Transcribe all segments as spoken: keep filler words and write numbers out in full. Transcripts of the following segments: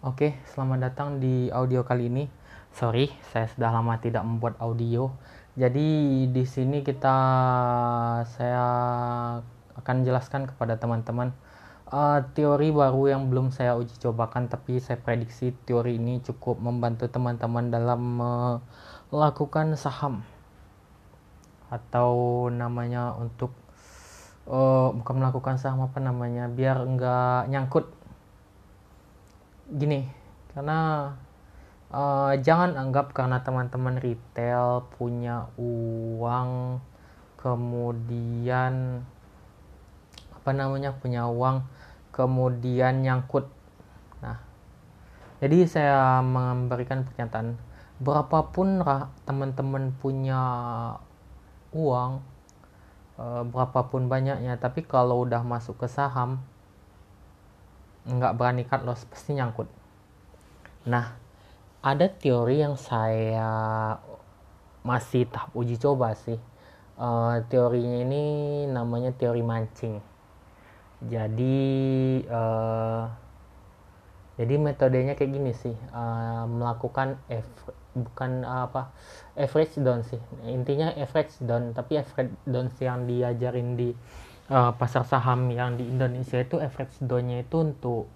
Oke, selamat datang di audio kali ini. Sorry, saya sudah lama tidak membuat audio. Jadi di sini kita saya akan jelaskan kepada teman-teman uh, teori baru yang belum saya uji cobakan, tapi saya prediksi teori ini cukup membantu teman-teman dalam uh, melakukan saham atau namanya untuk uh, bukan melakukan saham apa namanya biar nggak nyangkut gini karena uh, jangan anggap karena teman-teman retail punya uang kemudian apa namanya punya uang kemudian nyangkut. Nah, jadi saya memberikan pernyataan berapapun teman-teman punya uang uh, berapapun banyaknya, tapi kalau udah masuk ke saham nggak berani cut loss pasti nyangkut. Nah, ada teori yang saya masih tahap uji coba sih. Uh, teorinya ini namanya teori mancing. Jadi uh, jadi metodenya kayak gini sih, uh, melakukan F, bukan uh, apa average down sih. Intinya average down, tapi average down yang diajarin di uh, pasar saham yang di Indonesia itu average down-nya itu untuk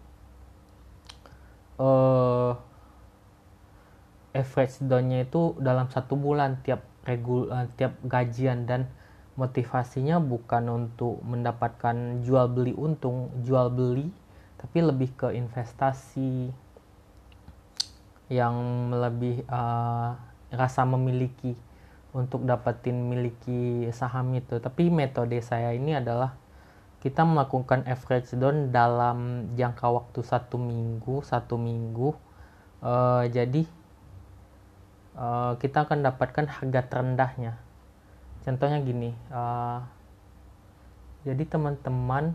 uh, average down-nya itu dalam satu bulan tiap regul uh, tiap gajian, dan motivasinya bukan untuk mendapatkan jual beli untung, jual beli, tapi lebih ke investasi yang lebih uh, rasa memiliki untuk dapetin miliki saham itu. Tapi metode saya ini adalah kita melakukan average down dalam jangka waktu satu minggu satu minggu uh, jadi uh, kita akan dapatkan harga terendahnya. Contohnya gini, uh, jadi teman-teman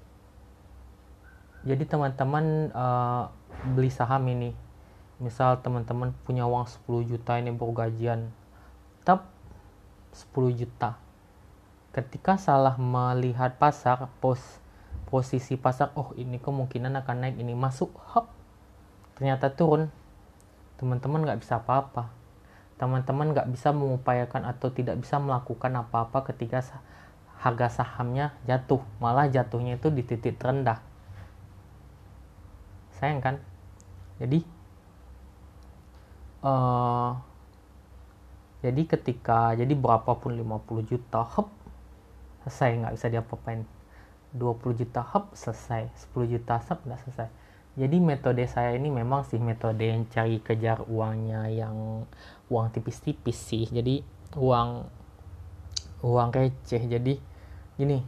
jadi teman-teman uh, beli saham ini, misal teman-teman punya uang sepuluh juta ini baru gajian, tetap sepuluh juta. Ketika salah melihat pasar, pos posisi pasar, oh ini kemungkinan akan naik, ini masuk, hop, ternyata turun, teman-teman nggak bisa apa-apa. Teman-teman nggak bisa mengupayakan atau tidak bisa melakukan apa-apa ketika harga sahamnya jatuh, malah jatuhnya itu di titik terendah. Sayang kan? Jadi uh, jadi ketika jadi berapapun lima puluh juta, hop, selesai, nggak bisa diapa-apain. Dua puluh juta, hop, selesai. Sepuluh juta, hop, nggak selesai. Jadi metode saya ini memang sih metode yang cari kejar uangnya yang uang tipis-tipis sih. Jadi uang uang receh. Jadi gini,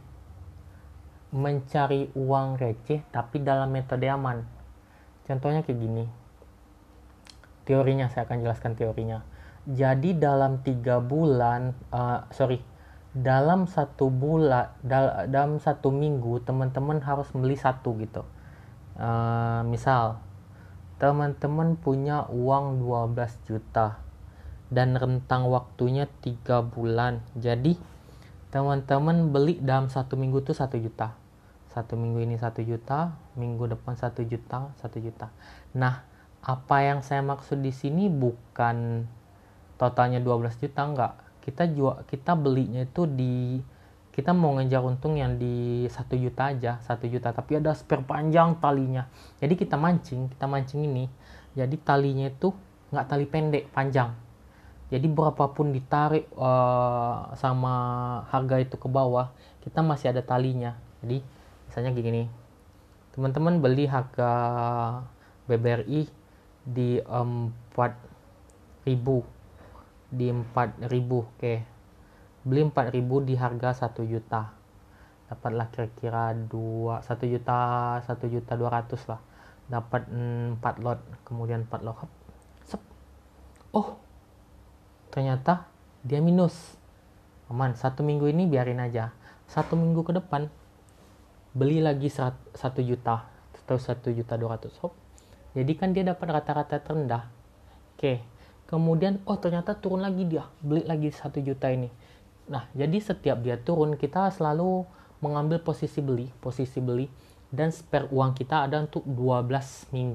mencari uang receh tapi dalam metode aman. Contohnya kayak gini. Teorinya saya akan jelaskan teorinya. Jadi dalam tiga bulan, uh, sorry, dalam satu bulan, dal- dalam satu minggu teman-teman harus beli satu gitu. Uh, misal teman-teman punya uang dua belas juta dan rentang waktunya tiga bulan, jadi teman-teman beli dalam satu minggu tuh satu juta. Satu minggu ini satu juta, minggu depan satu juta, satu juta. Nah, apa yang saya maksud di sini bukan totalnya dua belas juta, enggak. Kita jual, kita belinya itu di, kita mau ngejar untung yang di satu juta aja, satu juta, tapi ada spare panjang talinya. Jadi kita mancing, kita mancing ini. Jadi talinya itu nggak tali pendek, panjang. Jadi berapapun ditarik uh, sama harga itu ke bawah, kita masih ada talinya. Jadi misalnya gini, teman-teman beli harga B B R I di empat ribu, di empat ribu, oke. Beli empat ribu di harga satu juta, dapatlah kira-kira dua satu juta satu juta dua ratus lah, dapat empat lot, kemudian empat lot, hop, sep. Oh, ternyata dia minus, aman, satu minggu ini biarin aja, satu minggu ke depan beli lagi satu juta atau satu juta dua ratus, hop, jadi kan dia dapat rata-rata terendah. Oke, kemudian oh ternyata turun lagi, dia beli lagi satu juta ini. Nah, jadi setiap dia turun, kita selalu mengambil posisi beli, posisi beli, dan spare uang kita ada untuk dua belas minggu.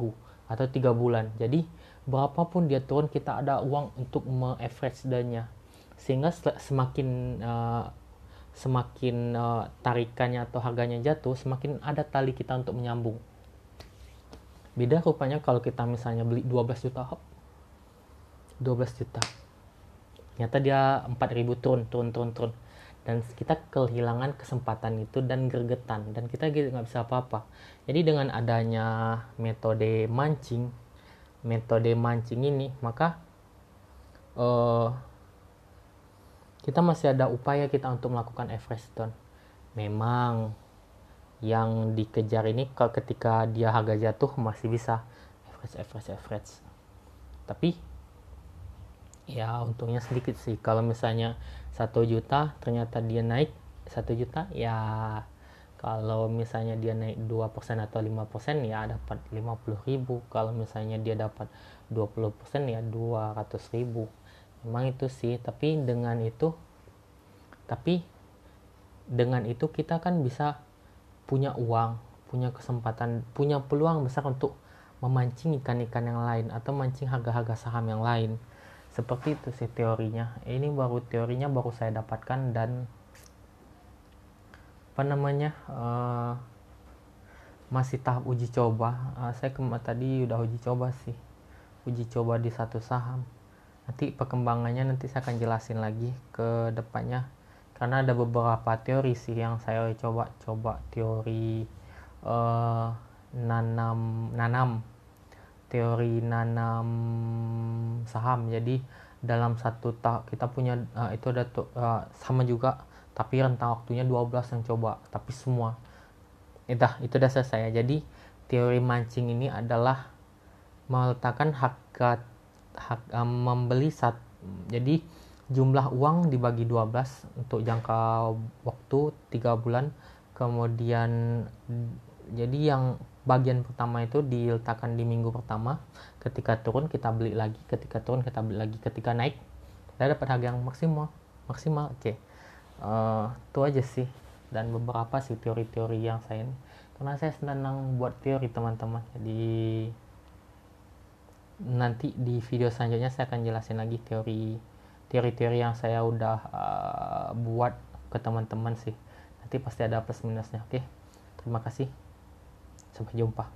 atau tiga bulan. Jadi berapapun dia turun, kita ada uang untuk me-average danya, sehingga semakin uh, semakin uh, tarikannya atau harganya jatuh, semakin ada tali kita untuk menyambung. Beda rupanya kalau kita misalnya beli dua belas juta, hop, dua belas juta, ternyata dia empat ribu, turun turun turun turun, dan kita kehilangan kesempatan itu dan gregetan, dan kita gitu nggak bisa apa-apa. Jadi dengan adanya metode mancing metode mancing ini, maka uh, kita masih ada upaya kita untuk melakukan average down. Memang yang dikejar ini ketika dia harga jatuh masih bisa average average average, tapi ya untungnya sedikit sih. Kalau misalnya satu juta ternyata dia naik satu juta, ya kalau misalnya dia naik dua persen atau lima persen ya dapat lima puluh ribu. Kalau misalnya dia dapat dua puluh persen ya dua ratus ribu. Memang itu sih, tapi dengan itu tapi dengan itu kita kan bisa punya uang, punya kesempatan, punya peluang besar untuk memancing ikan-ikan yang lain atau mancing harga-harga saham yang lain. Seperti itu sih teorinya. Ini baru teorinya baru saya dapatkan, dan apa namanya uh, masih tahap uji coba. Uh, saya kemarin tadi udah uji coba sih, uji coba di satu saham. Nanti perkembangannya nanti saya akan jelasin lagi ke depannya, karena ada beberapa teori sih yang saya coba coba teori uh, nanam nanam teori nanam saham. Jadi dalam satu tahap kita punya uh, itu ada uh, sama juga, tapi rentang waktunya dua belas yang coba, tapi semua itu itu dasar saya. Jadi teori mancing ini adalah meletakkan harga hak, um, membeli sat, jadi jumlah uang dibagi dua belas untuk jangka waktu tiga bulan. Kemudian jadi yang bagian pertama itu diletakkan di minggu pertama, ketika turun kita beli lagi, ketika turun kita beli lagi, ketika naik kita dapat harga yang maksimal maksimal oke. Okay. Uh, itu aja sih, dan beberapa sih teori-teori yang saya ini, karena saya senang buat teori teman-teman. Jadi nanti di video selanjutnya saya akan jelasin lagi teori teori-teori yang saya udah uh, buat ke teman-teman sih. Nanti pasti ada plus minusnya. Oke, terima kasih, sampai jumpa.